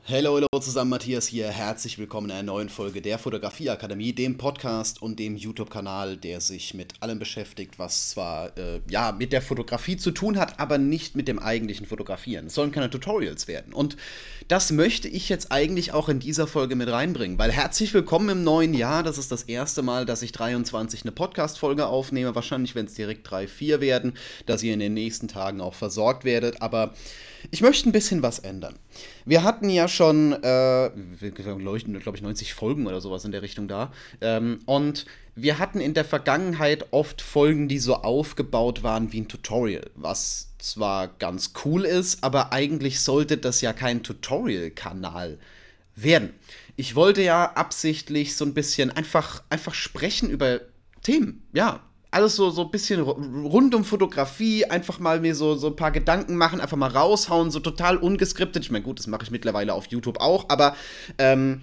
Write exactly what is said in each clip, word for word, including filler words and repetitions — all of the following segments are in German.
Hallo, hallo zusammen, Matthias hier. Herzlich willkommen in einer neuen Folge der Fotografieakademie, dem Podcast und dem YouTube-Kanal, der sich mit allem beschäftigt, was zwar äh, ja mit der Fotografie zu tun hat, aber nicht mit dem eigentlichen Fotografieren. Es sollen keine Tutorials werden. Und das möchte ich jetzt eigentlich auch in dieser Folge mit reinbringen, weil herzlich willkommen im neuen Jahr. Das ist das erste Mal, dass ich dreiundzwanzig eine Podcast-Folge aufnehme. Wahrscheinlich werden es direkt drei, vier werden, dass ihr in den nächsten Tagen auch versorgt werdet. Aber ich möchte ein bisschen was ändern. Wir hatten ja schon, äh, glaube ich, glaub ich, neunzig Folgen oder sowas in der Richtung da. Ähm, und wir hatten in der Vergangenheit oft Folgen, die so aufgebaut waren wie ein Tutorial, was zwar ganz cool ist, aber eigentlich sollte das ja kein Tutorial-Kanal werden. Ich wollte ja absichtlich so ein bisschen einfach, einfach sprechen über Themen, ja. Alles so, so ein bisschen rund um Fotografie, einfach mal mir so, so ein paar Gedanken machen, einfach mal raushauen, so total ungeskriptet. Ich meine, gut, das mache ich mittlerweile auf YouTube auch, aber ähm,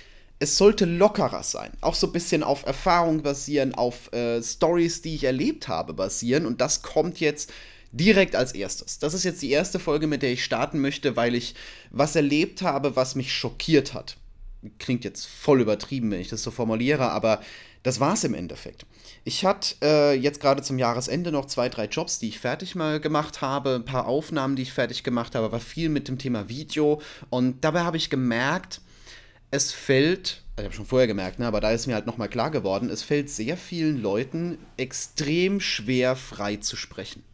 es sollte lockerer sein. Auch so ein bisschen auf Erfahrung basieren, auf äh, Stories, die ich erlebt habe, basieren. Und das kommt jetzt direkt als erstes. Das ist jetzt die erste Folge, mit der ich starten möchte, weil ich was erlebt habe, was mich schockiert hat. Klingt jetzt voll übertrieben, wenn ich das so formuliere, aber das war's im Endeffekt. Ich hatte äh, jetzt gerade zum Jahresende noch zwei, drei Jobs, die ich fertig mal gemacht habe, ein paar Aufnahmen, die ich fertig gemacht habe, war viel mit dem Thema Video. Und dabei habe ich gemerkt, es fällt, also ich habe schon vorher gemerkt, ne, aber da ist mir halt nochmal klar geworden, es fällt sehr vielen Leuten extrem schwer, frei zu sprechen.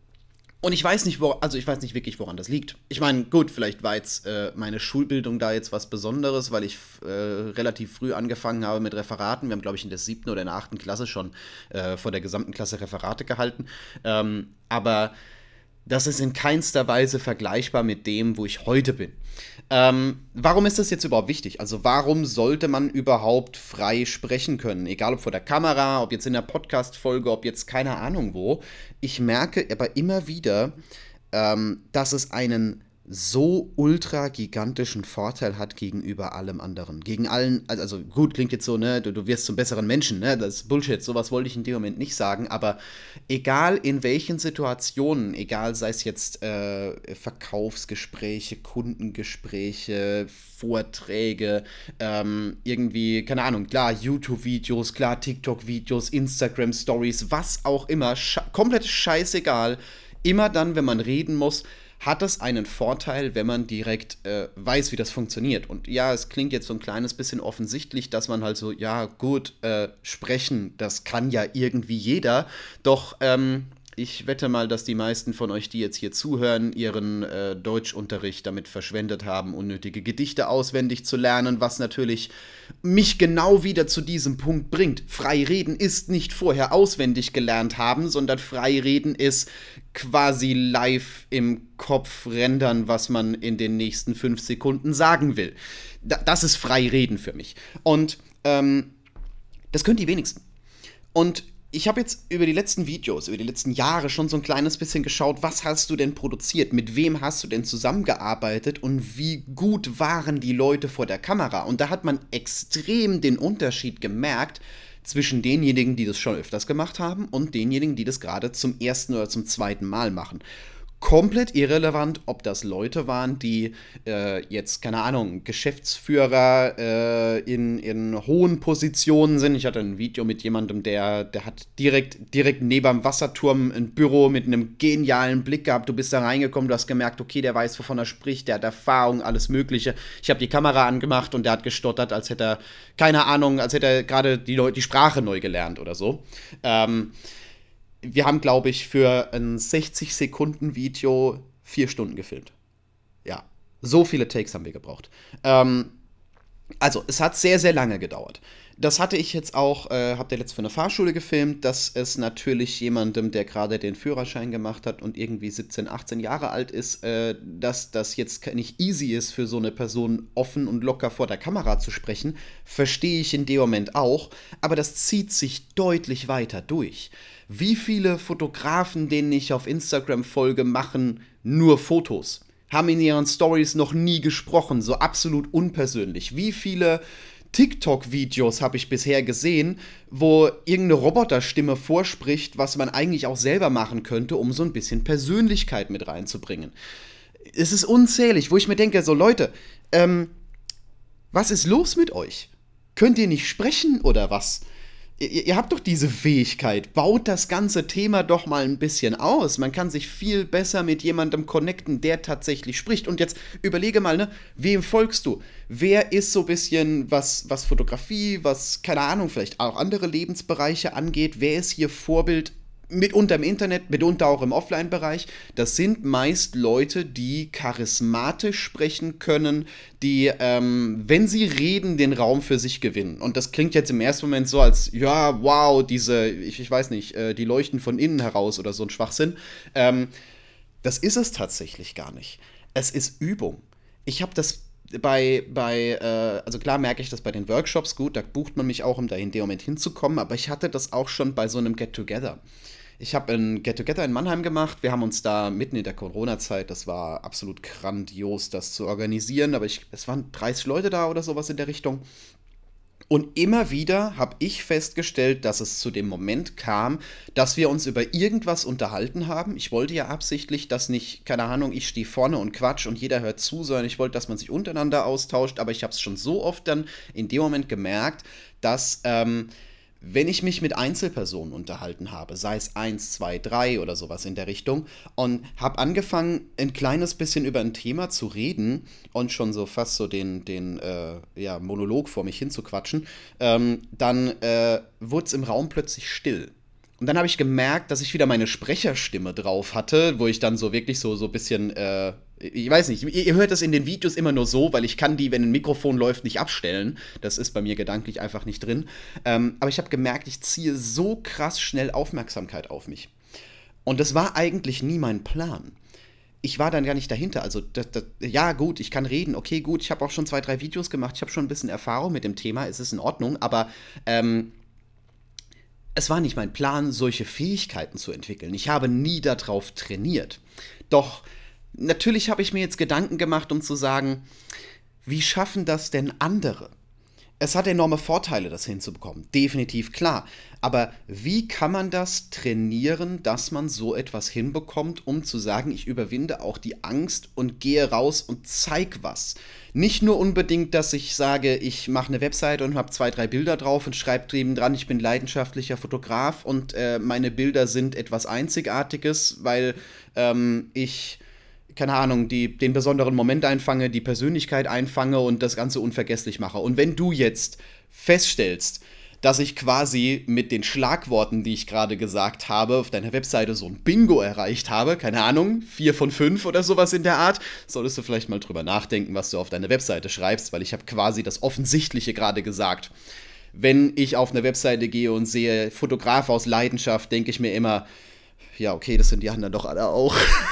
Und ich weiß nicht, wo, also ich weiß nicht wirklich, woran das liegt. Ich meine, gut, vielleicht war jetzt äh, meine Schulbildung da jetzt was Besonderes, weil ich äh, relativ früh angefangen habe mit Referaten. Wir haben, glaube ich, in der siebten oder in der achten Klasse schon äh, vor der gesamten Klasse Referate gehalten. Ähm, aber das ist in keinster Weise vergleichbar mit dem, wo ich heute bin. Ähm, warum ist das jetzt überhaupt wichtig? Also warum sollte man überhaupt frei sprechen können? Egal ob vor der Kamera, ob jetzt in der Podcast-Folge, ob jetzt keine Ahnung wo. Ich merke aber immer wieder, ähm, dass es einen so ultra gigantischen Vorteil hat gegenüber allem anderen. Gegen allen, also also gut, klingt jetzt so, ne, du, du wirst zum besseren Menschen, ne, das ist Bullshit, sowas wollte ich in dem Moment nicht sagen, aber egal in welchen Situationen, egal sei es jetzt äh, Verkaufsgespräche, Kundengespräche, Vorträge, ähm, irgendwie, keine Ahnung, klar, YouTube-Videos, klar, TikTok-Videos, Instagram-Stories, was auch immer, sche komplett scheißegal, immer dann, wenn man reden muss, hat es einen Vorteil, wenn man direkt äh, weiß, wie das funktioniert. Und ja, es klingt jetzt so ein kleines bisschen offensichtlich, dass man halt so, ja gut, äh, sprechen, das kann ja irgendwie jeder. Doch ähm, ich wette mal, dass die meisten von euch, die jetzt hier zuhören, ihren äh, Deutschunterricht damit verschwendet haben, unnötige Gedichte auswendig zu lernen, was natürlich mich genau wieder zu diesem Punkt bringt. Frei reden ist nicht vorher auswendig gelernt haben, sondern frei reden ist quasi live im Kopf rendern, was man in den nächsten fünf Sekunden sagen will. Da, das ist frei reden für mich. Und ähm, das können die wenigsten. Und ich habe jetzt über die letzten Videos, über die letzten Jahre schon so ein kleines bisschen geschaut, was hast du denn produziert, mit wem hast du denn zusammengearbeitet und wie gut waren die Leute vor der Kamera. Und da hat man extrem den Unterschied gemerkt zwischen denjenigen, die das schon öfters gemacht haben und denjenigen, die das gerade zum ersten oder zum zweiten Mal machen. Komplett irrelevant, ob das Leute waren, die äh, jetzt, keine Ahnung, Geschäftsführer äh, in, in hohen Positionen sind. Ich hatte ein Video mit jemandem, der, der hat direkt, direkt neben dem Wasserturm ein Büro mit einem genialen Blick gehabt. Du bist da reingekommen, du hast gemerkt, okay, der weiß, wovon er spricht, der hat Erfahrung, alles Mögliche. Ich habe die Kamera angemacht und der hat gestottert, als hätte er, keine Ahnung, als hätte er gerade die, die Sprache neu gelernt oder so. Ähm, Wir haben, glaube ich, für ein sechzig-Sekunden-Video vier Stunden gefilmt. Ja, so viele Takes haben wir gebraucht. Ähm, also, es hat sehr, sehr lange gedauert. Das hatte ich jetzt auch, äh, habt ihr letzt für eine Fahrschule gefilmt, dass es natürlich jemandem, der gerade den Führerschein gemacht hat und irgendwie siebzehn, achtzehn Jahre alt ist, äh, dass das jetzt nicht easy ist für so eine Person, offen und locker vor der Kamera zu sprechen, verstehe ich in dem Moment auch, aber das zieht sich deutlich weiter durch. Wie viele Fotografen, denen ich auf Instagram folge, machen nur Fotos? Haben in ihren Stories noch nie gesprochen, so absolut unpersönlich. Wie viele TikTok-Videos habe ich bisher gesehen, wo irgendeine Roboterstimme vorspricht, was man eigentlich auch selber machen könnte, um so ein bisschen Persönlichkeit mit reinzubringen. Es ist unzählig, wo ich mir denke, so Leute, Ähm, was ist los mit euch? Könnt ihr nicht sprechen oder was? Ihr, ihr habt doch diese Fähigkeit. Baut das ganze Thema doch mal ein bisschen aus. Man kann sich viel besser mit jemandem connecten, der tatsächlich spricht. Und jetzt überlege mal, ne, wem folgst du? Wer ist so ein bisschen, was, was Fotografie, was, keine Ahnung, vielleicht auch andere Lebensbereiche angeht, wer ist hier Vorbild? Mitunter im Internet, mitunter auch im Offline-Bereich. Das sind meist Leute, die charismatisch sprechen können, die, ähm, wenn sie reden, den Raum für sich gewinnen. Und das klingt jetzt im ersten Moment so, als, ja, wow, diese, ich, ich weiß nicht, äh, die leuchten von innen heraus oder so ein Schwachsinn. Ähm, das ist es tatsächlich gar nicht. Es ist Übung. Ich habe das bei, bei äh, also klar merke ich das bei den Workshops gut, da bucht man mich auch, um da in dem Moment hinzukommen, aber ich hatte das auch schon bei so einem Get-Together. Ich habe ein Get-Together in Mannheim gemacht. Wir haben uns da mitten in der Corona-Zeit, das war absolut grandios, das zu organisieren, aber ich, es waren dreißig Leute da oder sowas in der Richtung. Und immer wieder habe ich festgestellt, dass es zu dem Moment kam, dass wir uns über irgendwas unterhalten haben. Ich wollte ja absichtlich, dass nicht, keine Ahnung, ich stehe vorne und quatsch und jeder hört zu, sondern ich wollte, dass man sich untereinander austauscht. Aber ich habe es schon so oft dann in dem Moment gemerkt, dass ähm, wenn ich mich mit Einzelpersonen unterhalten habe, sei es eins, zwei, drei oder sowas in der Richtung, und habe angefangen, ein kleines bisschen über ein Thema zu reden und schon so fast so den, den äh, ja, Monolog vor mich hinzuquatschen, ähm, dann äh, wurde es im Raum plötzlich still. Und dann habe ich gemerkt, dass ich wieder meine Sprecherstimme drauf hatte, wo ich dann so wirklich so so ein bisschen, äh, ich weiß nicht, ihr, ihr hört das in den Videos immer nur so, weil ich kann die, wenn ein Mikrofon läuft, nicht abstellen. Das ist bei mir gedanklich einfach nicht drin. Ähm, aber ich habe gemerkt, ich ziehe so krass schnell Aufmerksamkeit auf mich. Und das war eigentlich nie mein Plan. Ich war dann gar nicht dahinter. Also, das, das, ja, gut, ich kann reden, okay, gut, ich habe auch schon zwei, drei Videos gemacht, ich habe schon ein bisschen Erfahrung mit dem Thema, es ist in Ordnung, aber ähm, es war nicht mein Plan, solche Fähigkeiten zu entwickeln. Ich habe nie darauf trainiert. Doch natürlich habe ich mir jetzt Gedanken gemacht, um zu sagen, wie schaffen das denn andere? Es hat enorme Vorteile, das hinzubekommen. Definitiv klar. Aber wie kann man das trainieren, dass man so etwas hinbekommt, um zu sagen, ich überwinde auch die Angst und gehe raus und zeig was? Nicht nur unbedingt, dass ich sage, ich mache eine Webseite und habe zwei, drei Bilder drauf und schreibe drüben dran, ich bin leidenschaftlicher Fotograf und äh, meine Bilder sind etwas Einzigartiges, weil ähm, ich keine Ahnung, die, den besonderen Moment einfange, die Persönlichkeit einfange und das Ganze unvergesslich mache. Und wenn du jetzt feststellst, dass ich quasi mit den Schlagworten, die ich gerade gesagt habe, auf deiner Webseite so ein Bingo erreicht habe, keine Ahnung, vier von fünf oder sowas in der Art, solltest du vielleicht mal drüber nachdenken, was du auf deine Webseite schreibst, weil ich habe quasi das Offensichtliche gerade gesagt. Wenn ich auf eine Webseite gehe und sehe Fotograf aus Leidenschaft, denke ich mir immer, ja, okay, das sind die anderen doch alle auch.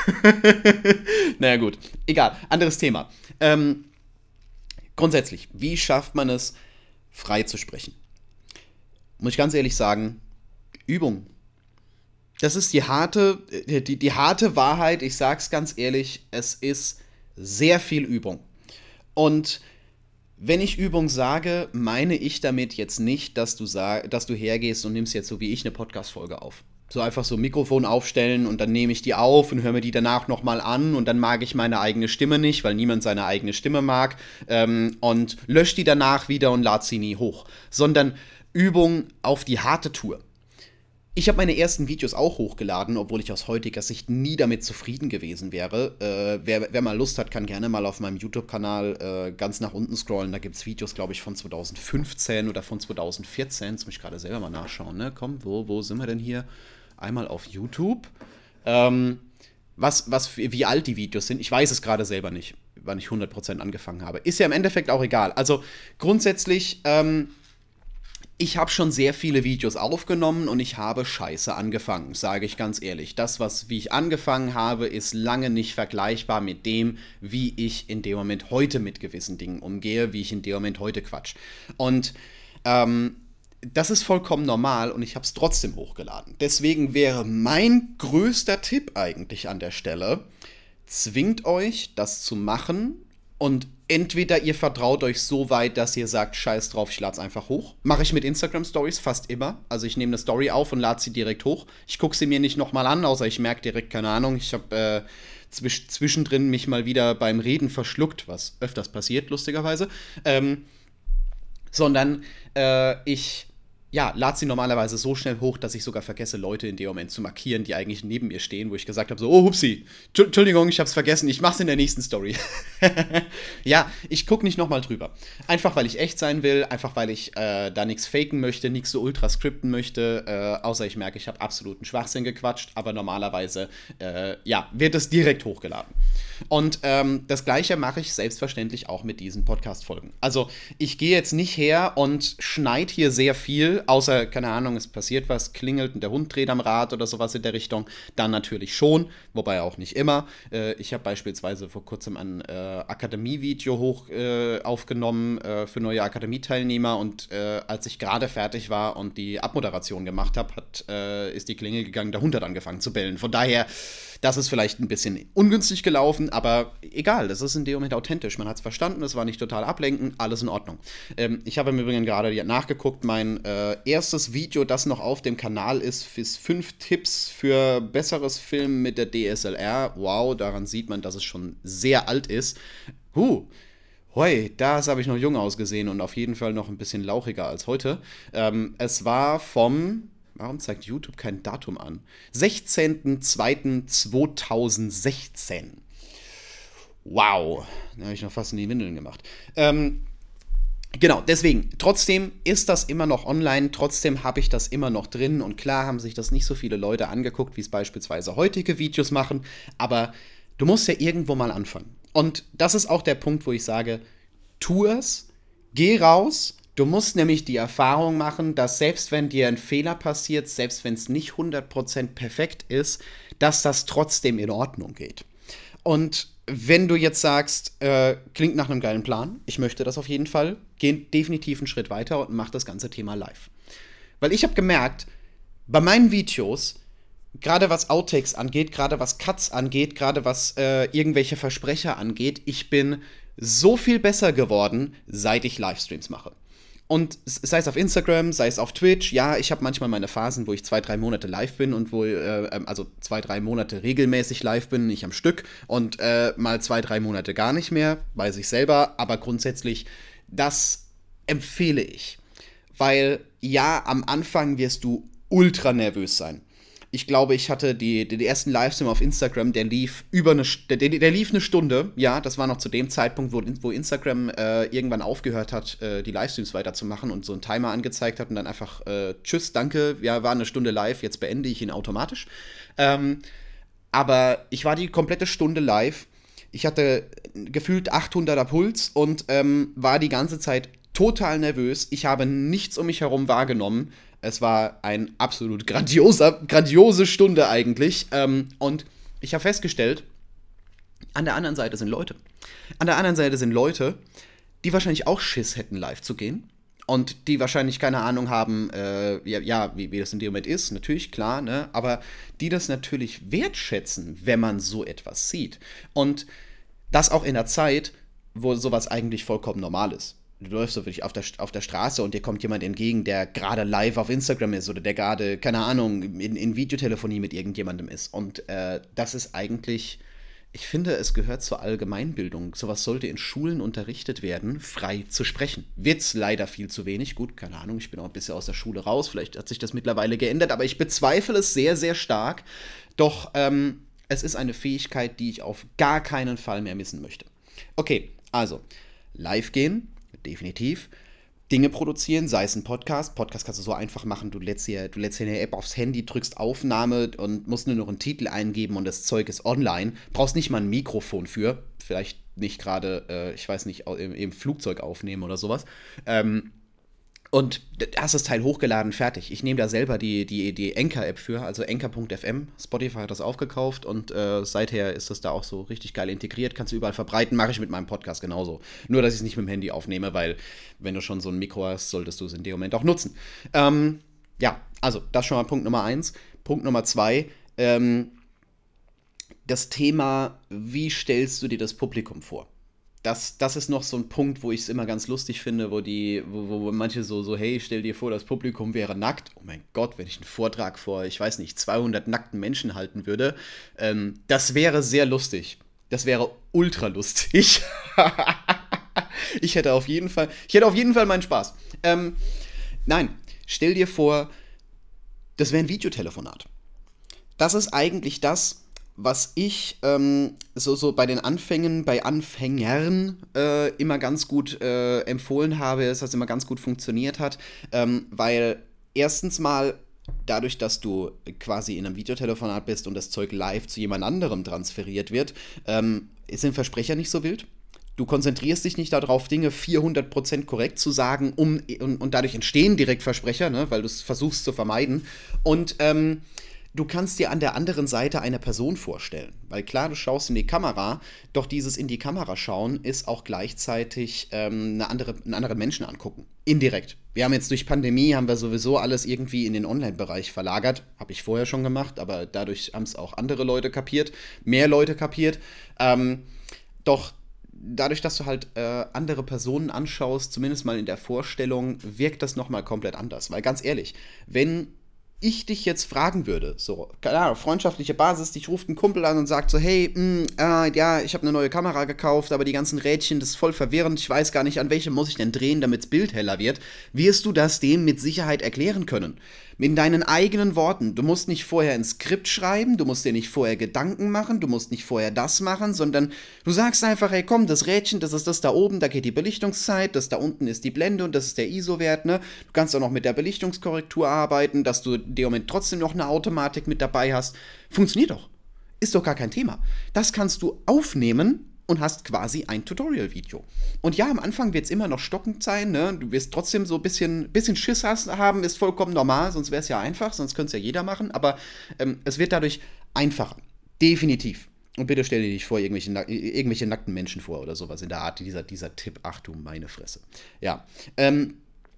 Naja, gut. Egal, anderes Thema. Ähm, grundsätzlich, wie schafft man es, frei zu sprechen? Muss ich ganz ehrlich sagen, Übung. Das ist die harte, die, die harte Wahrheit, ich sag's ganz ehrlich, es ist sehr viel Übung. Und wenn ich Übung sage, meine ich damit jetzt nicht, dass du, sag, dass du hergehst und nimmst jetzt so wie ich eine Podcast-Folge auf. So einfach so ein Mikrofon aufstellen und dann nehme ich die auf und höre mir die danach nochmal an und dann mag ich meine eigene Stimme nicht, weil niemand seine eigene Stimme mag ähm, und lösche die danach wieder und lade sie nie hoch. Sondern Übung auf die harte Tour. Ich habe meine ersten Videos auch hochgeladen, obwohl ich aus heutiger Sicht nie damit zufrieden gewesen wäre. Äh, wer, wer mal Lust hat, kann gerne mal auf meinem YouTube-Kanal äh, ganz nach unten scrollen. Da gibt es Videos, glaube ich, von zwanzig fünfzehn oder von zwanzig vierzehn. Jetzt muss ich gerade selber mal nachschauen. Ne? Komm, wo, wo sind wir denn hier? Einmal auf YouTube. Ähm, was, was, wie alt die Videos sind, ich weiß es gerade selber nicht, wann ich hundert Prozent angefangen habe. Ist ja im Endeffekt auch egal. Also grundsätzlich, ähm, ich habe schon sehr viele Videos aufgenommen und ich habe scheiße angefangen, sage ich ganz ehrlich. Das, was, wie ich angefangen habe, ist lange nicht vergleichbar mit dem, wie ich in dem Moment heute mit gewissen Dingen umgehe, wie ich in dem Moment heute quatsch. Und ähm, das ist vollkommen normal und ich habe es trotzdem hochgeladen. Deswegen wäre mein größter Tipp eigentlich an der Stelle, zwingt euch, das zu machen und entweder ihr vertraut euch so weit, dass ihr sagt, scheiß drauf, ich lade es einfach hoch. Mache ich mit Instagram-Stories fast immer. Also ich nehme eine Story auf und lade sie direkt hoch. Ich gucke sie mir nicht nochmal an, außer ich merke direkt, keine Ahnung, ich habe äh, zwisch zwischendrin mich mal wieder beim Reden verschluckt, was öfters passiert, lustigerweise. Ähm, sondern äh, ich ja, lade sie normalerweise so schnell hoch, dass ich sogar vergesse, Leute in dem Moment zu markieren, die eigentlich neben mir stehen, wo ich gesagt habe, so, oh, hupsi, Entschuldigung, ich hab's vergessen, ich mach's in der nächsten Story. Ja, ich guck nicht nochmal drüber. Einfach, weil ich echt sein will, einfach, weil ich äh, da nichts faken möchte, nichts so ultra skripten möchte, äh, außer ich merke, ich habe absoluten Schwachsinn gequatscht, aber normalerweise, äh, ja, wird es direkt hochgeladen. Und ähm, das Gleiche mache ich selbstverständlich auch mit diesen Podcast-Folgen. Also, ich gehe jetzt nicht her und schneide hier sehr viel, außer, keine Ahnung, es passiert was, klingelt und der Hund dreht am Rad oder sowas in der Richtung, dann natürlich schon, wobei auch nicht immer. Äh, ich habe beispielsweise vor kurzem ein äh, Akademie-Video hoch äh, aufgenommen äh, für neue Akademie-Teilnehmer und äh, als ich gerade fertig war und die Abmoderation gemacht habe, hat, äh, ist die Klingel gegangen, der Hund hat angefangen zu bellen. Von daher, das ist vielleicht ein bisschen ungünstig gelaufen, aber egal, das ist in dem Moment authentisch. Man hat es verstanden, es war nicht total ablenkend, alles in Ordnung. Ähm, ich habe im Übrigen gerade nachgeguckt, mein äh, erstes Video, das noch auf dem Kanal ist, ist fünf Tipps für besseres Filmen mit der D S L R. Wow, daran sieht man, dass es schon sehr alt ist. Huh. Hoi, das habe ich noch jung ausgesehen und auf jeden Fall noch ein bisschen lauchiger als heute. Ähm, es war vom, warum zeigt YouTube kein Datum an? sechzehnten zweiten zweitausendsechzehn. Wow, da habe ich noch fast in die Windeln gemacht. Ähm, Genau, deswegen, trotzdem ist das immer noch online, trotzdem habe ich das immer noch drin und klar haben sich das nicht so viele Leute angeguckt, wie es beispielsweise heutige Videos machen, aber du musst ja irgendwo mal anfangen. Und das ist auch der Punkt, wo ich sage, tu es, geh raus, du musst nämlich die Erfahrung machen, dass selbst wenn dir ein Fehler passiert, selbst wenn es nicht hundert Prozent perfekt ist, dass das trotzdem in Ordnung geht. Und wenn du jetzt sagst, äh, klingt nach einem geilen Plan, ich möchte das auf jeden Fall, geh definitiv einen Schritt weiter und mach das ganze Thema live. Weil ich habe gemerkt, bei meinen Videos, gerade was Outtakes angeht, gerade was Cuts angeht, gerade was äh, irgendwelche Versprecher angeht, ich bin so viel besser geworden, seit ich Livestreams mache. Und sei es auf Instagram, sei es auf Twitch, ja, ich habe manchmal meine Phasen, wo ich zwei, drei Monate live bin und wo, äh, also zwei, drei Monate regelmäßig live bin, nicht am Stück und äh, mal zwei, drei Monate gar nicht mehr, weiß ich selber, aber grundsätzlich, das empfehle ich. Weil, ja, am Anfang wirst du ultra nervös sein. Ich glaube, ich hatte die, die, die ersten Livestream auf Instagram, der lief über eine, der, der lief eine Stunde. Ja, das war noch zu dem Zeitpunkt, wo, wo Instagram äh, irgendwann aufgehört hat, äh, die Livestreams weiterzumachen und so einen Timer angezeigt hat und dann einfach, äh, tschüss, danke, ja, war eine Stunde live, jetzt beende ich ihn automatisch. Ähm, aber ich war die komplette Stunde live. Ich hatte gefühlt achthunderter Puls und ähm, war die ganze Zeit total nervös. Ich habe nichts um mich herum wahrgenommen. Es war eine absolut grandioser, grandiose Stunde eigentlich. Ähm, und ich habe festgestellt, an der anderen Seite sind Leute. An der anderen Seite sind Leute, die wahrscheinlich auch Schiss hätten, live zu gehen. Und die wahrscheinlich keine Ahnung haben, äh, ja, ja wie, wie das in dem Moment ist, natürlich, klar, ne? Aber die das natürlich wertschätzen, wenn man so etwas sieht. Und das auch in der Zeit, wo sowas eigentlich vollkommen normal ist. Du läufst so wirklich auf der, auf der Straße und dir kommt jemand entgegen, der gerade live auf Instagram ist oder der gerade, keine Ahnung, in, in Videotelefonie mit irgendjemandem ist. Und äh, das ist eigentlich, ich finde, es gehört zur Allgemeinbildung. Sowas sollte in Schulen unterrichtet werden, frei zu sprechen. Wird's leider viel zu wenig. Gut, keine Ahnung, ich bin auch ein bisschen aus der Schule raus. Vielleicht hat sich das mittlerweile geändert, aber ich bezweifle es sehr, sehr stark. Doch ähm, es ist eine Fähigkeit, die ich auf gar keinen Fall mehr missen möchte. Okay, also, live gehen. Definitiv. Dinge produzieren, sei es ein Podcast. Podcast kannst du so einfach machen, du lädst hier, du lädst hier eine App aufs Handy, drückst Aufnahme und musst nur noch einen Titel eingeben und das Zeug ist online. Brauchst nicht mal ein Mikrofon für. Vielleicht nicht gerade, äh, ich weiß nicht, im, im Flugzeug aufnehmen oder sowas. Ähm, und hast das Teil hochgeladen, fertig. Ich nehme da selber die, die, die Anchor-App für, also Anchor Punkt F M. Spotify hat das aufgekauft und äh, seither ist das da auch so richtig geil integriert. Kannst du überall verbreiten, mache ich mit meinem Podcast genauso. Nur, dass ich es nicht mit dem Handy aufnehme, weil wenn du schon so ein Mikro hast, solltest du es in dem Moment auch nutzen. Ähm, ja, also das schon mal Punkt Nummer eins. Punkt Nummer zwei, ähm, das Thema, wie stellst du dir das Publikum vor? das, das ist noch so ein Punkt, wo ich es immer ganz lustig finde, wo die, wo, wo manche so, so, hey, stell dir vor, das Publikum wäre nackt. Oh mein Gott, wenn ich einen Vortrag vor, ich weiß nicht, zweihundert nackten Menschen halten würde, ähm, das wäre sehr lustig. Das wäre ultra lustig. ich hätte auf jeden Fall, ich hätte auf jeden Fall meinen Spaß. Ähm, nein, stell dir vor, das wäre ein Videotelefonat. Das ist eigentlich das, was ich ähm, so, so bei den Anfängen, bei Anfängern äh, immer ganz gut äh, empfohlen habe, dass das immer ganz gut funktioniert hat, ähm, weil erstens mal dadurch, dass du quasi in einem Videotelefonat bist und das Zeug live zu jemand anderem transferiert wird, ähm, sind Versprecher nicht so wild. Du konzentrierst dich nicht darauf, Dinge vierhundert Prozent korrekt zu sagen, um, und, und dadurch entstehen direkt Versprecher, ne, weil du es versuchst zu vermeiden. Und ähm, du kannst dir an der anderen Seite eine Person vorstellen. Weil klar, du schaust in die Kamera, doch dieses in die Kamera schauen ist auch gleichzeitig ähm, eine andere, einen anderen Menschen angucken. Indirekt. Wir haben jetzt durch Pandemie, haben wir sowieso alles irgendwie in den Online-Bereich verlagert. Habe ich vorher schon gemacht, aber dadurch haben es auch andere Leute kapiert, mehr Leute kapiert. Ähm, doch dadurch, dass du halt äh, andere Personen anschaust, zumindest mal in der Vorstellung, wirkt das nochmal komplett anders. Weil ganz ehrlich, wenn ich dich jetzt fragen würde, so, keine Ahnung, freundschaftliche Basis, dich ruft ein Kumpel an und sagt so, hey, mh, äh, ja, ich habe eine neue Kamera gekauft, aber die ganzen Rädchen, das ist voll verwirrend, ich weiß gar nicht, an welche muss ich denn drehen, damit das Bild heller wird, wirst du das dem mit Sicherheit erklären können. In deinen eigenen Worten. Du musst nicht vorher ein Skript schreiben, du musst dir nicht vorher Gedanken machen, du musst nicht vorher das machen, sondern du sagst einfach, hey komm, das Rädchen, das ist das da oben, da geht die Belichtungszeit, das da unten ist die Blende und das ist der I S O-Wert, ne? Du kannst auch noch mit der Belichtungskorrektur arbeiten, dass du in dem Moment trotzdem noch eine Automatik mit dabei hast. Funktioniert doch. Ist doch gar kein Thema. Das kannst du aufnehmen und hast quasi ein Tutorial-Video. Und ja, am Anfang wird es immer noch stockend sein, ne? Du wirst trotzdem so ein bisschen, bisschen Schiss haben, ist vollkommen normal, sonst wäre es ja einfach, sonst könnte es ja jeder machen, aber ähm, es wird dadurch einfacher. Definitiv. Und bitte stell dir nicht vor, irgendwelche, irgendwelche nackten Menschen vor oder sowas in der Art, dieser, dieser Tipp, ach du meine Fresse. Ja. Ähm,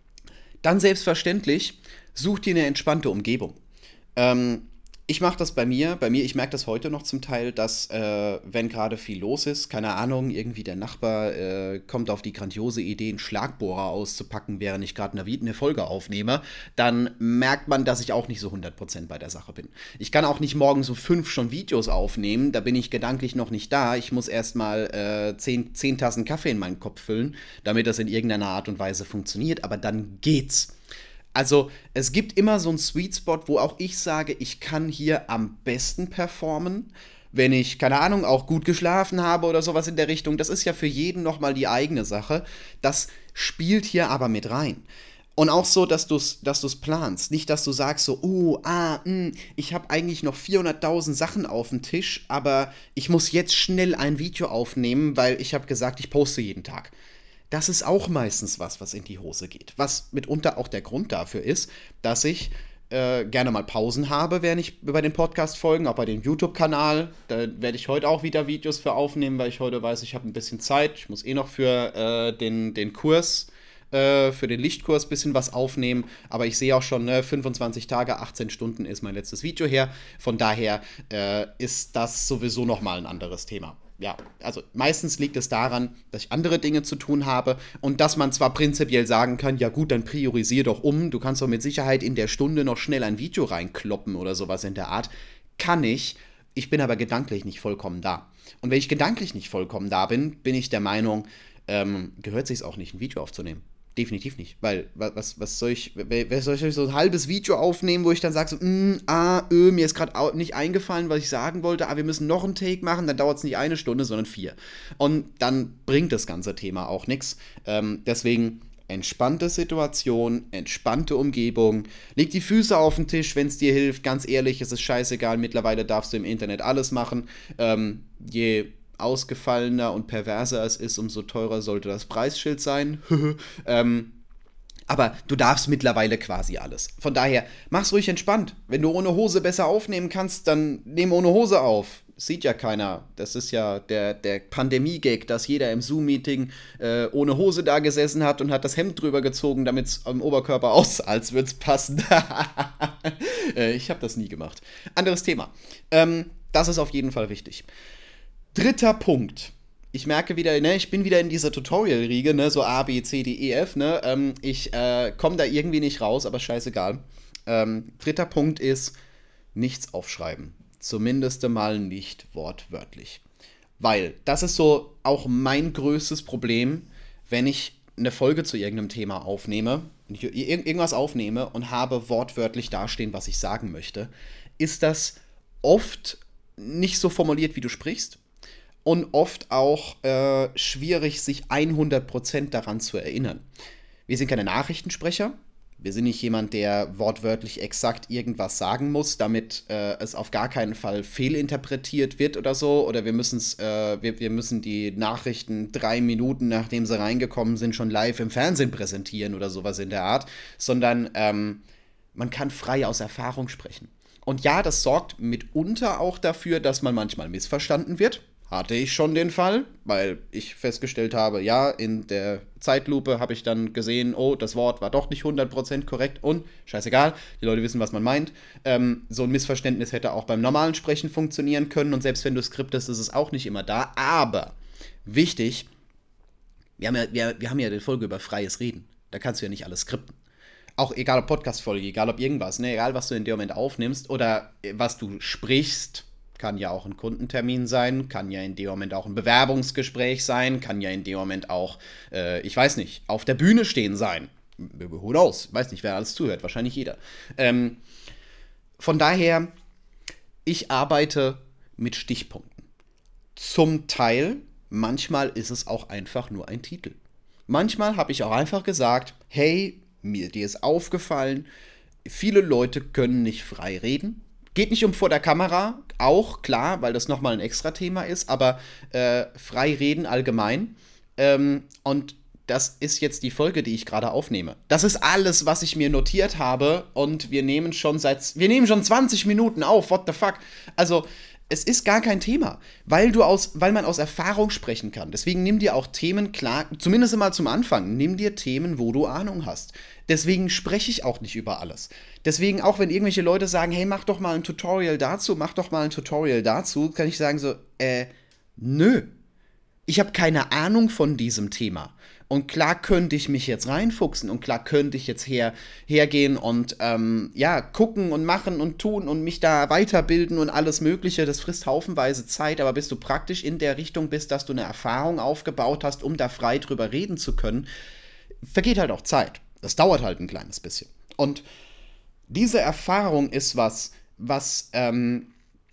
dann selbstverständlich, such dir eine entspannte Umgebung. Ähm, Ich mache das bei mir, bei mir, ich merke das heute noch zum Teil, dass, äh, wenn gerade viel los ist, keine Ahnung, irgendwie der Nachbar äh, kommt auf die grandiose Idee, einen Schlagbohrer auszupacken, während ich gerade eine, eine Folge aufnehme, dann merkt man, dass ich auch nicht so hundert Prozent bei der Sache bin. Ich kann auch nicht morgens so fünf schon Videos aufnehmen, da bin ich gedanklich noch nicht da. Ich muss erstmal äh, zehn, zehn Tassen Kaffee in meinen Kopf füllen, damit das in irgendeiner Art und Weise funktioniert, aber dann geht's. Also es gibt immer so einen Sweet Spot, wo auch ich sage, ich kann hier am besten performen, wenn ich, keine Ahnung, auch gut geschlafen habe oder sowas in der Richtung. Das ist ja für jeden nochmal die eigene Sache. Das spielt hier aber mit rein. Und auch so, dass du es dass du's planst. Nicht, dass du sagst so, oh, ah, mh, ich habe eigentlich noch vierhunderttausend Sachen auf dem Tisch, aber ich muss jetzt schnell ein Video aufnehmen, weil ich habe gesagt, ich poste jeden Tag. Das ist auch meistens was, was in die Hose geht. Was mitunter auch der Grund dafür ist, dass ich äh, gerne mal Pausen habe, während ich bei den Podcast-Folgen, auch bei dem YouTube-Kanal. Da werde ich heute auch wieder Videos für aufnehmen, weil ich heute weiß, ich habe ein bisschen Zeit. Ich muss eh noch für äh, den, den Kurs, äh, für den Lichtkurs ein bisschen was aufnehmen. Aber ich sehe auch schon, ne, fünfundzwanzig Tage, achtzehn Stunden ist mein letztes Video her. Von daher äh, ist das sowieso nochmal ein anderes Thema. Ja, also meistens liegt es daran, dass ich andere Dinge zu tun habe und dass man zwar prinzipiell sagen kann, ja gut, dann priorisier doch um, du kannst doch mit Sicherheit in der Stunde noch schnell ein Video reinkloppen oder sowas in der Art. Kann ich, ich bin aber gedanklich nicht vollkommen da. Und wenn ich gedanklich nicht vollkommen da bin, bin ich der Meinung, ähm, gehört es sich auch nicht, ein Video aufzunehmen. Definitiv nicht, weil was, was soll ich, wer soll ich so ein halbes Video aufnehmen, wo ich dann sage so, mm, ah, öh, mir ist gerade nicht eingefallen, was ich sagen wollte, ah, wir müssen noch einen Take machen, dann dauert es nicht eine Stunde, sondern vier. Und dann bringt das ganze Thema auch nichts. Ähm, deswegen entspannte Situation, entspannte Umgebung, leg die Füße auf den Tisch, wenn es dir hilft, ganz ehrlich, es ist scheißegal, mittlerweile darfst du im Internet alles machen, ähm, je ausgefallener und perverser es ist, umso teurer sollte das Preisschild sein. ähm, aber du darfst mittlerweile quasi alles. Von daher, mach's ruhig entspannt. Wenn du ohne Hose besser aufnehmen kannst, dann nehm ohne Hose auf. Sieht ja keiner. Das ist ja der, der Pandemie-Gag, dass jeder im Zoom-Meeting äh, ohne Hose da gesessen hat und hat das Hemd drüber gezogen, damit es am Oberkörper aussah, als würde es passen. äh, ich habe das nie gemacht. Anderes Thema. Ähm, das ist auf jeden Fall wichtig. Dritter Punkt. ich merke wieder, ne, ich bin wieder in dieser Tutorial-Riege, ne, so A, B, C, D, E, F, ne, ähm, ich äh, komme da irgendwie nicht raus, aber scheißegal. Ähm, dritter Punkt ist, nichts aufschreiben. Zumindest mal nicht wortwörtlich. Weil das ist so auch mein größtes Problem, wenn ich eine Folge zu irgendeinem Thema aufnehme, irgendwas aufnehme und habe wortwörtlich dastehen, was ich sagen möchte, ist das oft nicht so formuliert, wie du sprichst und oft auch äh, schwierig, sich hundert Prozent daran zu erinnern. Wir sind keine Nachrichtensprecher. Wir sind nicht jemand, der wortwörtlich exakt irgendwas sagen muss, damit äh, es auf gar keinen Fall fehlinterpretiert wird oder so. Oder wir, müssen's, äh, wir, wir müssen die Nachrichten drei Minuten, nachdem sie reingekommen sind, schon live im Fernsehen präsentieren oder sowas in der Art. Sondern ähm, man kann frei aus Erfahrung sprechen. Und ja, das sorgt mitunter auch dafür, dass man manchmal missverstanden wird. Hatte ich schon den Fall, weil ich festgestellt habe, ja, in der Zeitlupe habe ich dann gesehen, oh, das Wort war doch nicht hundert Prozent korrekt und scheißegal, die Leute wissen, was man meint. Ähm, so ein Missverständnis hätte auch beim normalen Sprechen funktionieren können und selbst wenn du skriptest, ist es auch nicht immer da. Aber wichtig, wir haben ja, wir, wir haben ja die Folge über freies Reden. Da kannst du ja nicht alles skripten. Auch egal ob Podcast-Folge, egal ob irgendwas, ne, egal was du in dem Moment aufnimmst oder was du sprichst. Kann ja auch ein Kundentermin sein, kann ja in dem Moment auch ein Bewerbungsgespräch sein, kann ja in dem Moment auch, äh, ich weiß nicht, auf der Bühne stehen sein. Who knows? Weiß nicht, wer alles zuhört, wahrscheinlich jeder. Ähm, von daher, ich arbeite mit Stichpunkten. Zum Teil, manchmal ist es auch einfach nur ein Titel. Manchmal habe ich auch einfach gesagt, hey, mir dir ist aufgefallen, viele Leute können nicht frei reden. Geht nicht um vor der Kamera, auch klar, weil das nochmal ein extra Thema ist, aber äh, frei reden allgemein. Ähm, und das ist jetzt die Folge, die ich gerade aufnehme. Das ist alles, was ich mir notiert habe und wir nehmen schon seit, wir nehmen schon zwanzig Minuten auf, what the fuck. Also, es ist gar kein Thema, weil du aus, weil man aus Erfahrung sprechen kann. Deswegen nimm dir auch Themen klar, zumindest mal zum Anfang, nimm dir Themen, wo du Ahnung hast. Deswegen spreche ich auch nicht über alles. Deswegen auch, wenn irgendwelche Leute sagen, hey, mach doch mal ein Tutorial dazu, mach doch mal ein Tutorial dazu, kann ich sagen so, äh, nö. Ich habe keine Ahnung von diesem Thema. Und klar könnte ich mich jetzt reinfuchsen und klar könnte ich jetzt her, hergehen und ähm, ja, gucken und machen und tun und mich da weiterbilden und alles Mögliche. Das frisst haufenweise Zeit, aber bis du praktisch in der Richtung bist, dass du eine Erfahrung aufgebaut hast, um da frei drüber reden zu können, vergeht halt auch Zeit. Das dauert halt ein kleines bisschen. Und diese Erfahrung ist was, was, ähm,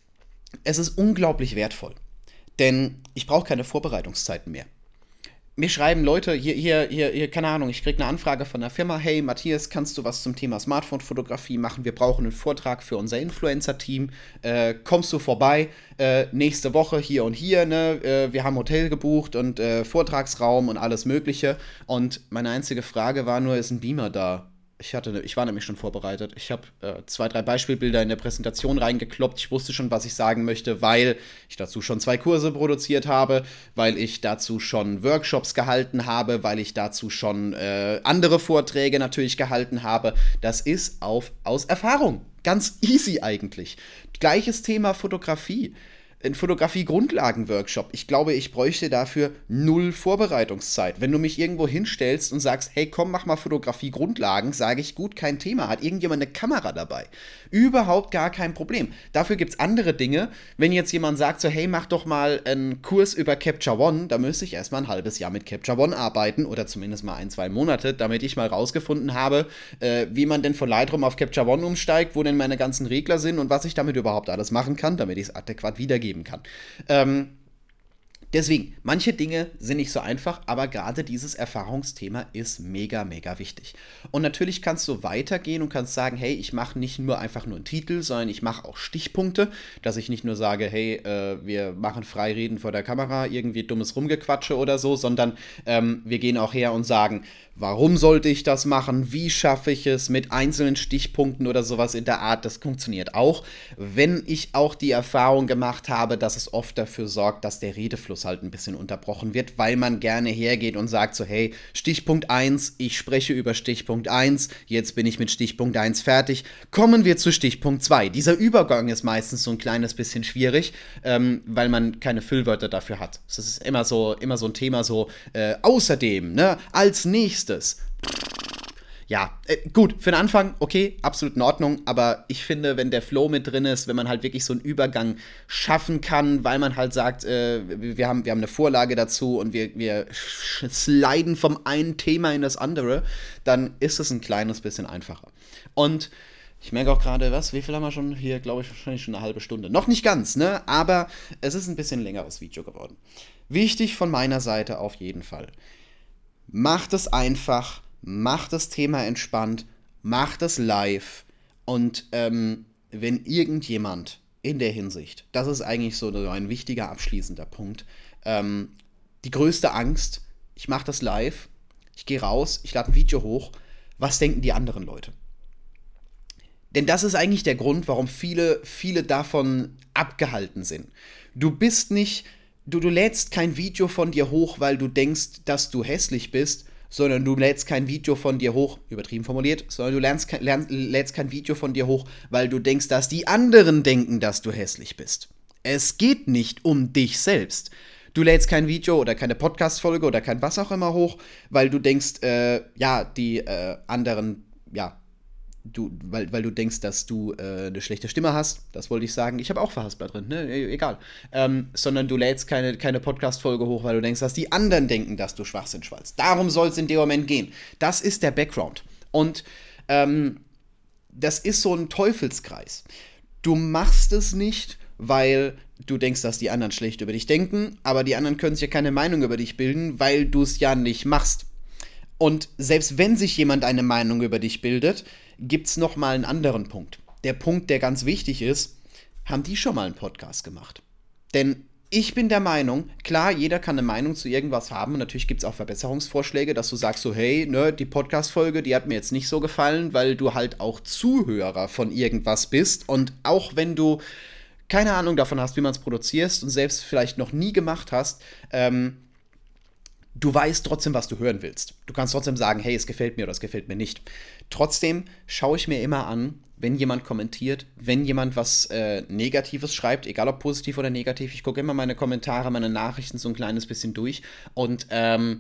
es ist unglaublich wertvoll. Denn ich brauche keine Vorbereitungszeiten mehr. Mir schreiben Leute, hier, hier, hier, hier, keine Ahnung, ich kriege eine Anfrage von der Firma, hey Matthias, kannst du was zum Thema Smartphone-Fotografie machen? Wir brauchen einen Vortrag für unser Influencer-Team. Äh, kommst du vorbei? Äh, nächste Woche hier und hier, ne? Äh, wir haben Hotel gebucht und äh, Vortragsraum und alles Mögliche. Und meine einzige Frage war nur, ist ein Beamer da? Ich, hatte, ich war nämlich schon vorbereitet. Ich habe äh, zwei, drei Beispielbilder in der Präsentation reingekloppt. Ich wusste schon, was ich sagen möchte, weil ich dazu schon zwei Kurse produziert habe, weil ich dazu schon Workshops gehalten habe, weil ich dazu schon äh, andere Vorträge natürlich gehalten habe. Das ist auf, aus Erfahrung. Ganz easy eigentlich. Gleiches Thema Fotografie. Ein Fotografie-Grundlagen-Workshop. Ich glaube, ich bräuchte dafür null Vorbereitungszeit. Wenn du mich irgendwo hinstellst und sagst, hey, komm, mach mal Fotografie-Grundlagen, sage ich, gut, kein Thema. Hat irgendjemand eine Kamera dabei? Überhaupt gar kein Problem. Dafür gibt es andere Dinge. Wenn jetzt jemand sagt so, hey, mach doch mal einen Kurs über Capture One, da müsste ich erstmal ein halbes Jahr mit Capture One arbeiten oder zumindest mal ein, zwei Monate, damit ich mal rausgefunden habe, äh, wie man denn von Lightroom auf Capture One umsteigt, wo denn meine ganzen Regler sind und was ich damit überhaupt alles machen kann, damit ich es adäquat wiedergeben kann. Ähm, deswegen, manche Dinge sind nicht so einfach, aber gerade dieses Erfahrungsthema ist mega, mega wichtig. Und natürlich kannst du weitergehen und kannst sagen, hey, ich mache nicht nur einfach nur einen Titel, sondern ich mache auch Stichpunkte, dass ich nicht nur sage, hey, äh, wir machen Freireden vor der Kamera, irgendwie dummes Rumgequatsche oder so, sondern ähm, wir gehen auch her und sagen, warum sollte ich das machen? Wie schaffe ich es mit einzelnen Stichpunkten oder sowas in der Art? Das funktioniert auch, wenn ich auch die Erfahrung gemacht habe, dass es oft dafür sorgt, dass der Redefluss Fluss halt ein bisschen unterbrochen wird, weil man gerne hergeht und sagt so, hey, Stichpunkt eins, ich spreche über Stichpunkt eins, jetzt bin ich mit Stichpunkt eins fertig, kommen wir zu Stichpunkt zwei. Dieser Übergang ist meistens so ein kleines bisschen schwierig, ähm, weil man keine Füllwörter dafür hat. Das ist immer so, immer so ein Thema so, äh, außerdem, ne, als nächstes. Ja, äh, gut, für den Anfang, okay, absolut in Ordnung, aber ich finde, wenn der Flow mit drin ist, wenn man halt wirklich so einen Übergang schaffen kann, weil man halt sagt, äh, wir, haben, wir haben eine Vorlage dazu und wir, wir sliden vom einen Thema in das andere, dann ist es ein kleines bisschen einfacher. Und ich merke auch gerade, was, wie viel haben wir schon hier, glaube ich, wahrscheinlich schon eine halbe Stunde. Noch nicht ganz, ne, aber es ist ein bisschen längeres Video geworden. Wichtig von meiner Seite auf jeden Fall. Macht es einfach. Macht das Thema entspannt, macht es live und ähm, wenn irgendjemand in der Hinsicht, das ist eigentlich so ein wichtiger abschließender Punkt, ähm, die größte Angst, ich mache das live, ich gehe raus, ich lade ein Video hoch, was denken die anderen Leute? Denn das ist eigentlich der Grund, warum viele, viele davon abgehalten sind. Du bist nicht, du, du lädst kein Video von dir hoch, weil du denkst, dass du hässlich bist, sondern du lädst kein Video von dir hoch, übertrieben formuliert, sondern du lernst, lernst, lädst kein Video von dir hoch, weil du denkst, dass die anderen denken, dass du hässlich bist. Es geht nicht um dich selbst. Du lädst kein Video oder keine Podcast-Folge oder kein was auch immer hoch, weil du denkst, äh, ja, die äh, anderen, ja, du, weil, weil du denkst, dass du äh, eine schlechte Stimme hast, das wollte ich sagen, ich habe auch Verhaspler drin, ne, e- egal, ähm, sondern du lädst keine, keine Podcast-Folge hoch, weil du denkst, dass die anderen denken, dass du Schwachsinn schwalst. Darum soll es in dem Moment gehen. Das ist der Background. Und ähm, das ist so ein Teufelskreis. Du machst es nicht, weil du denkst, dass die anderen schlecht über dich denken, aber die anderen können sich ja keine Meinung über dich bilden, weil du es ja nicht machst. Und selbst wenn sich jemand eine Meinung über dich bildet, gibt es noch mal einen anderen Punkt. Der Punkt, der ganz wichtig ist, haben die schon mal einen Podcast gemacht? Denn ich bin der Meinung, klar, jeder kann eine Meinung zu irgendwas haben und natürlich gibt es auch Verbesserungsvorschläge, dass du sagst so, hey, ne, die Podcast-Folge, die hat mir jetzt nicht so gefallen, weil du halt auch Zuhörer von irgendwas bist und auch wenn du keine Ahnung davon hast, wie man es produzierst und selbst vielleicht noch nie gemacht hast, ähm, du weißt trotzdem, was du hören willst. Du kannst trotzdem sagen, hey, es gefällt mir oder es gefällt mir nicht. Trotzdem schaue ich mir immer an, wenn jemand kommentiert, wenn jemand was äh, Negatives schreibt, egal ob positiv oder negativ. Ich gucke immer meine Kommentare, meine Nachrichten so ein kleines bisschen durch. Und ähm,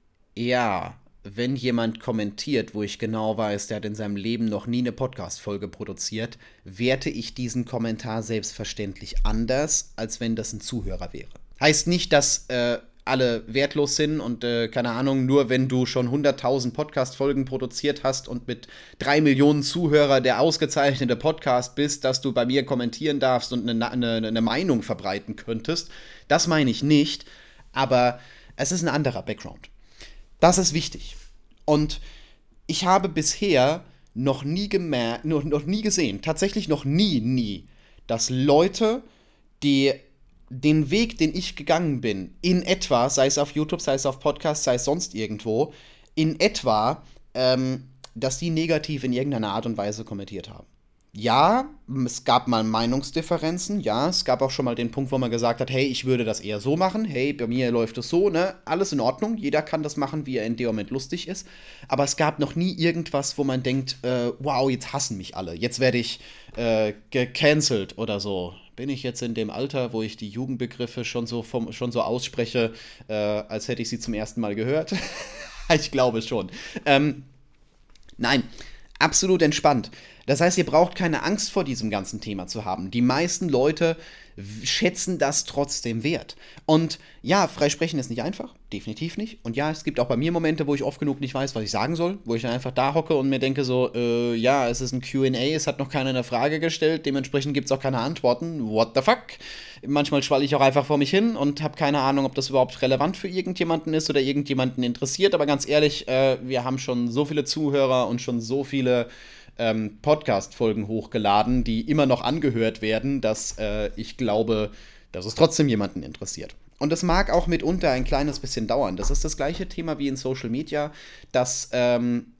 ja, wenn jemand kommentiert, wo ich genau weiß, der hat in seinem Leben noch nie eine Podcast-Folge produziert, werte ich diesen Kommentar selbstverständlich anders, als wenn das ein Zuhörer wäre. Heißt nicht, dass äh, alle wertlos sind und äh, keine Ahnung, nur wenn du schon hunderttausend Podcast-Folgen produziert hast und mit drei Millionen Zuhörer der ausgezeichnete Podcast bist, dass du bei mir kommentieren darfst und eine, eine, eine Meinung verbreiten könntest. Das meine ich nicht, aber es ist ein anderer Background. Das ist wichtig. Und ich habe bisher noch nie gemerkt, noch, noch nie gesehen, tatsächlich noch nie, nie, dass Leute, die den Weg, den ich gegangen bin, in etwa, sei es auf YouTube, sei es auf Podcast, sei es sonst irgendwo, in etwa, ähm, dass die negativ in irgendeiner Art und Weise kommentiert haben. Ja, es gab mal Meinungsdifferenzen, ja, es gab auch schon mal den Punkt, wo man gesagt hat, hey, ich würde das eher so machen, hey, bei mir läuft es so, ne, alles in Ordnung, jeder kann das machen, wie er in dem Moment lustig ist, aber es gab noch nie irgendwas, wo man denkt, äh, wow, jetzt hassen mich alle, jetzt werde ich äh, gecancelt oder so. Bin ich jetzt in dem Alter, wo ich die Jugendbegriffe schon so, vom, schon so ausspreche, äh, als hätte ich sie zum ersten Mal gehört? Ich glaube schon. Ähm, nein, absolut entspannt. Das heißt, ihr braucht keine Angst vor diesem ganzen Thema zu haben. Die meisten Leute schätzen das trotzdem wert. Und ja, freisprechen ist nicht einfach, definitiv nicht. Und ja, es gibt auch bei mir Momente, wo ich oft genug nicht weiß, was ich sagen soll, wo ich dann einfach da hocke und mir denke so, äh, ja, es ist ein Q and A, es hat noch keiner eine Frage gestellt, dementsprechend gibt es auch keine Antworten. What the fuck? Manchmal schwalle ich auch einfach vor mich hin und habe keine Ahnung, ob das überhaupt relevant für irgendjemanden ist oder irgendjemanden interessiert. Aber ganz ehrlich, äh, wir haben schon so viele Zuhörer und schon so viele ähm, Podcast-Folgen hochgeladen, die immer noch angehört werden, dass äh, ich glaube, dass es trotzdem jemanden interessiert. Und das mag auch mitunter ein kleines bisschen dauern. Das ist das gleiche Thema wie in Social Media, dass ähm,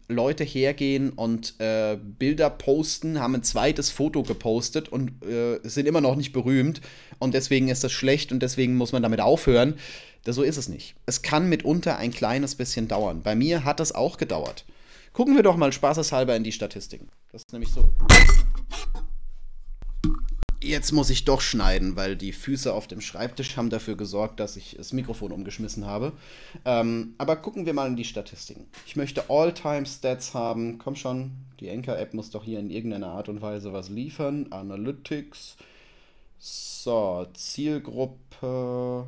Leute hergehen und äh, Bilder posten, haben ein zweites Foto gepostet und äh, sind immer noch nicht berühmt und deswegen ist das schlecht und deswegen muss man damit aufhören. Das, so ist es nicht. Es kann mitunter ein kleines bisschen dauern. Bei mir hat es auch gedauert. Gucken wir doch mal spaßeshalber in die Statistiken. Das ist nämlich so. Jetzt muss ich doch schneiden, weil die Füße auf dem Schreibtisch haben dafür gesorgt, dass ich das Mikrofon umgeschmissen habe. Ähm, aber gucken wir mal in die Statistiken. Ich möchte All-Time-Stats haben. Komm schon, die Anchor-App muss doch hier in irgendeiner Art und Weise was liefern. Analytics. So, Zielgruppe.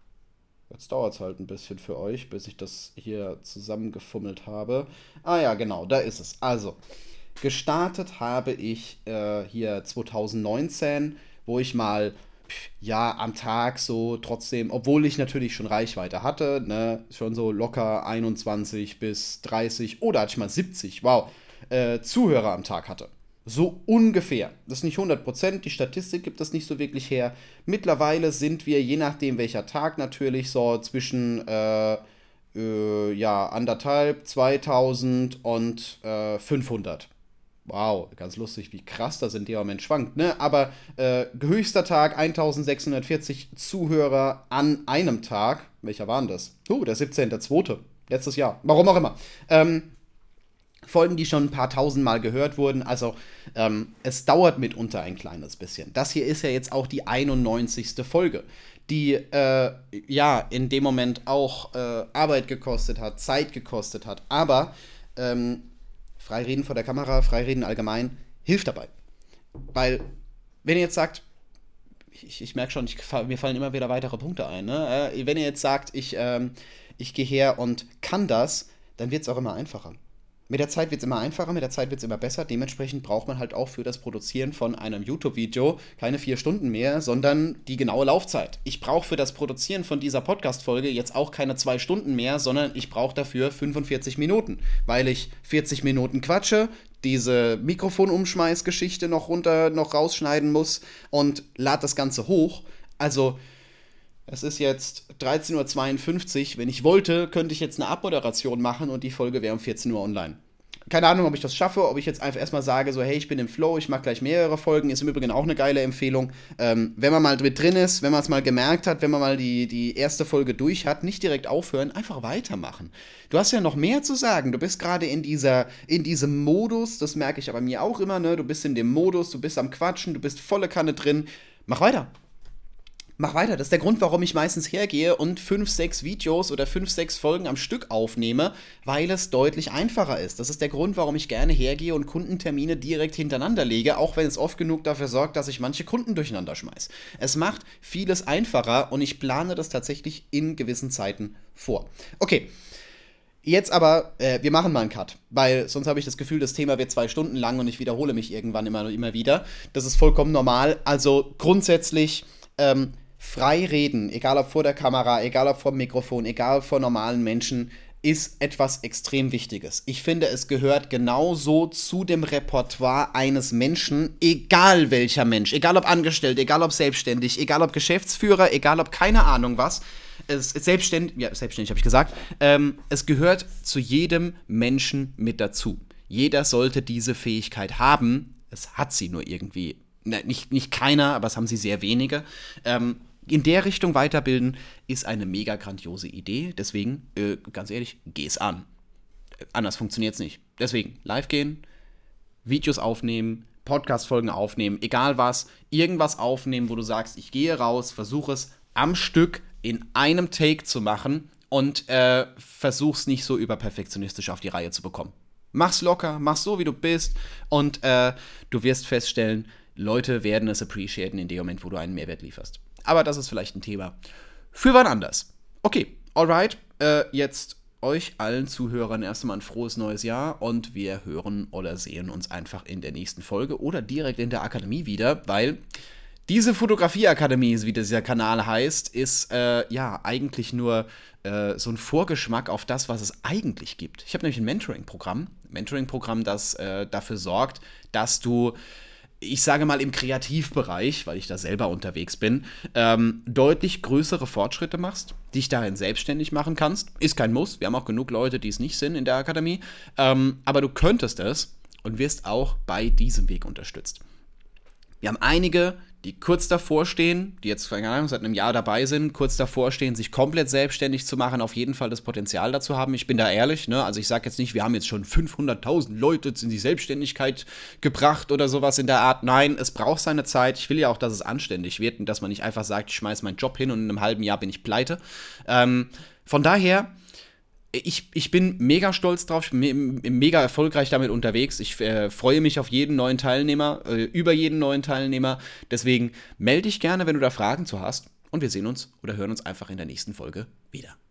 Jetzt dauert es halt ein bisschen für euch, bis ich das hier zusammengefummelt habe. Ah ja, genau, da ist es. Also, gestartet habe ich äh, hier zwanzig neunzehn, wo ich mal, ja, am Tag so trotzdem, obwohl ich natürlich schon Reichweite hatte, ne, schon so locker einundzwanzig bis dreißig oder hatte ich mal siebzig, wow, äh, Zuhörer am Tag hatte. So ungefähr. Das ist nicht hundert Prozent, die Statistik gibt das nicht so wirklich her. Mittlerweile sind wir, je nachdem welcher Tag natürlich, so zwischen äh, äh, ja, anderthalb, zweitausend und äh, fünfhundert. Wow, ganz lustig, wie krass das in dem Moment schwankt, ne? Aber äh, höchster Tag eintausendsechshundertvierzig Zuhörer an einem Tag. Welcher war denn das? Uh, der siebzehnter zweite Letztes Jahr. Warum auch immer. Ähm, Folgen, die schon ein paar tausend Mal gehört wurden. Also ähm, es dauert mitunter ein kleines bisschen. Das hier ist ja jetzt auch die einundneunzigste Folge, die äh, ja in dem Moment auch äh, Arbeit gekostet hat, Zeit gekostet hat. Aber ähm, Freireden vor der Kamera, Freireden allgemein, hilft dabei. Weil, wenn ihr jetzt sagt, ich, ich merke schon, ich, mir fallen immer wieder weitere Punkte ein, ne? äh, wenn ihr jetzt sagt, ich, ähm, ich gehe her und kann das, dann wird es auch immer einfacher. Mit der Zeit wird es immer einfacher, mit der Zeit wird es immer besser. Dementsprechend braucht man halt auch für das Produzieren von einem YouTube-Video keine vier Stunden mehr, sondern die genaue Laufzeit. Ich brauche für das Produzieren von dieser Podcast-Folge jetzt auch keine zwei Stunden mehr, sondern ich brauche dafür fünfundvierzig Minuten, weil ich vierzig Minuten quatsche, diese Mikrofonumschmeißgeschichte noch runter, noch rausschneiden muss und lade das Ganze hoch. Also es ist jetzt dreizehn Uhr zweiundfünfzig. Wenn ich wollte, könnte ich jetzt eine Abmoderation machen und die Folge wäre um vierzehn Uhr online. Keine Ahnung, ob ich das schaffe, ob ich jetzt einfach erstmal sage, so, hey, ich bin im Flow, ich mache gleich mehrere Folgen. Ist im Übrigen auch eine geile Empfehlung. Ähm, wenn man mal mit drin ist, wenn man es mal gemerkt hat, wenn man mal die, die erste Folge durch hat, nicht direkt aufhören, einfach weitermachen. Du hast ja noch mehr zu sagen. Du bist gerade in dieser, in diesem Modus, das merke ich aber mir auch immer, ne? Du bist in dem Modus, du bist am Quatschen, du bist volle Kanne drin. Mach weiter. Mach weiter. Das ist der Grund, warum ich meistens hergehe und fünf, sechs Videos oder fünf, sechs Folgen am Stück aufnehme, weil es deutlich einfacher ist. Das ist der Grund, warum ich gerne hergehe und Kundentermine direkt hintereinander lege, auch wenn es oft genug dafür sorgt, dass ich manche Kunden durcheinander schmeiße. Es macht vieles einfacher und ich plane das tatsächlich in gewissen Zeiten vor. Okay. Jetzt aber, äh, wir machen mal einen Cut, weil sonst habe ich das Gefühl, das Thema wird zwei Stunden lang und ich wiederhole mich irgendwann immer, immer wieder. Das ist vollkommen normal. Also grundsätzlich ähm, frei reden, egal ob vor der Kamera, egal ob vor dem Mikrofon, egal ob vor normalen Menschen, ist etwas extrem Wichtiges. Ich finde, es gehört genauso zu dem Repertoire eines Menschen, egal welcher Mensch, egal ob angestellt, egal ob selbstständig, egal ob Geschäftsführer, egal ob keine Ahnung was. Es ist selbstständig, ja, selbstständig habe ich gesagt. Ähm, es gehört zu jedem Menschen mit dazu. Jeder sollte diese Fähigkeit haben. Es hat sie nur irgendwie. Ne, nicht, nicht keiner, aber es haben sie sehr wenige. Ähm, in der Richtung weiterbilden ist eine mega grandiose Idee. Deswegen, äh, ganz ehrlich, geh es an. Anders funktioniert es nicht. Deswegen, live gehen, Videos aufnehmen, Podcast-Folgen aufnehmen, egal was, irgendwas aufnehmen, wo du sagst, ich gehe raus, versuche es am Stück in einem Take zu machen und äh, versuch's nicht so überperfektionistisch auf die Reihe zu bekommen. Mach's locker, mach's so, wie du bist und äh, du wirst feststellen, Leute werden es appreciaten in dem Moment, wo du einen Mehrwert lieferst. Aber das ist vielleicht ein Thema für wann anders. Okay, alright, äh, jetzt euch allen Zuhörern erst einmal ein frohes neues Jahr und wir hören oder sehen uns einfach in der nächsten Folge oder direkt in der Akademie wieder, weil diese Fotografieakademie, wie dieser Kanal heißt, ist äh, ja eigentlich nur äh, so ein Vorgeschmack auf das, was es eigentlich gibt. Ich habe nämlich ein Mentoring-Programm, Mentoring-Programm, das äh, dafür sorgt, dass du ich sage mal im Kreativbereich, weil ich da selber unterwegs bin, ähm, deutlich größere Fortschritte machst, dich darin selbstständig machen kannst. Ist kein Muss, wir haben auch genug Leute, die es nicht sind in der Akademie, ähm, aber du könntest es und wirst auch bei diesem Weg unterstützt. Wir haben einige, die kurz davor stehen, die jetzt, keine Ahnung, seit einem Jahr dabei sind, kurz davor stehen, sich komplett selbstständig zu machen, auf jeden Fall das Potenzial dazu haben. Ich bin da ehrlich, ne? Also ich sage jetzt nicht, wir haben jetzt schon fünfhunderttausend Leute in die Selbstständigkeit gebracht oder sowas in der Art. Nein, es braucht seine Zeit. Ich will ja auch, dass es anständig wird und dass man nicht einfach sagt, ich schmeiß meinen Job hin und in einem halben Jahr bin ich pleite. Ähm, von daher... Ich, ich bin mega stolz drauf, ich bin me- mega erfolgreich damit unterwegs. Ich äh, freue mich auf jeden neuen Teilnehmer, äh, über jeden neuen Teilnehmer. Deswegen melde dich gerne, wenn du da Fragen zu hast. Und wir sehen uns oder hören uns einfach in der nächsten Folge wieder.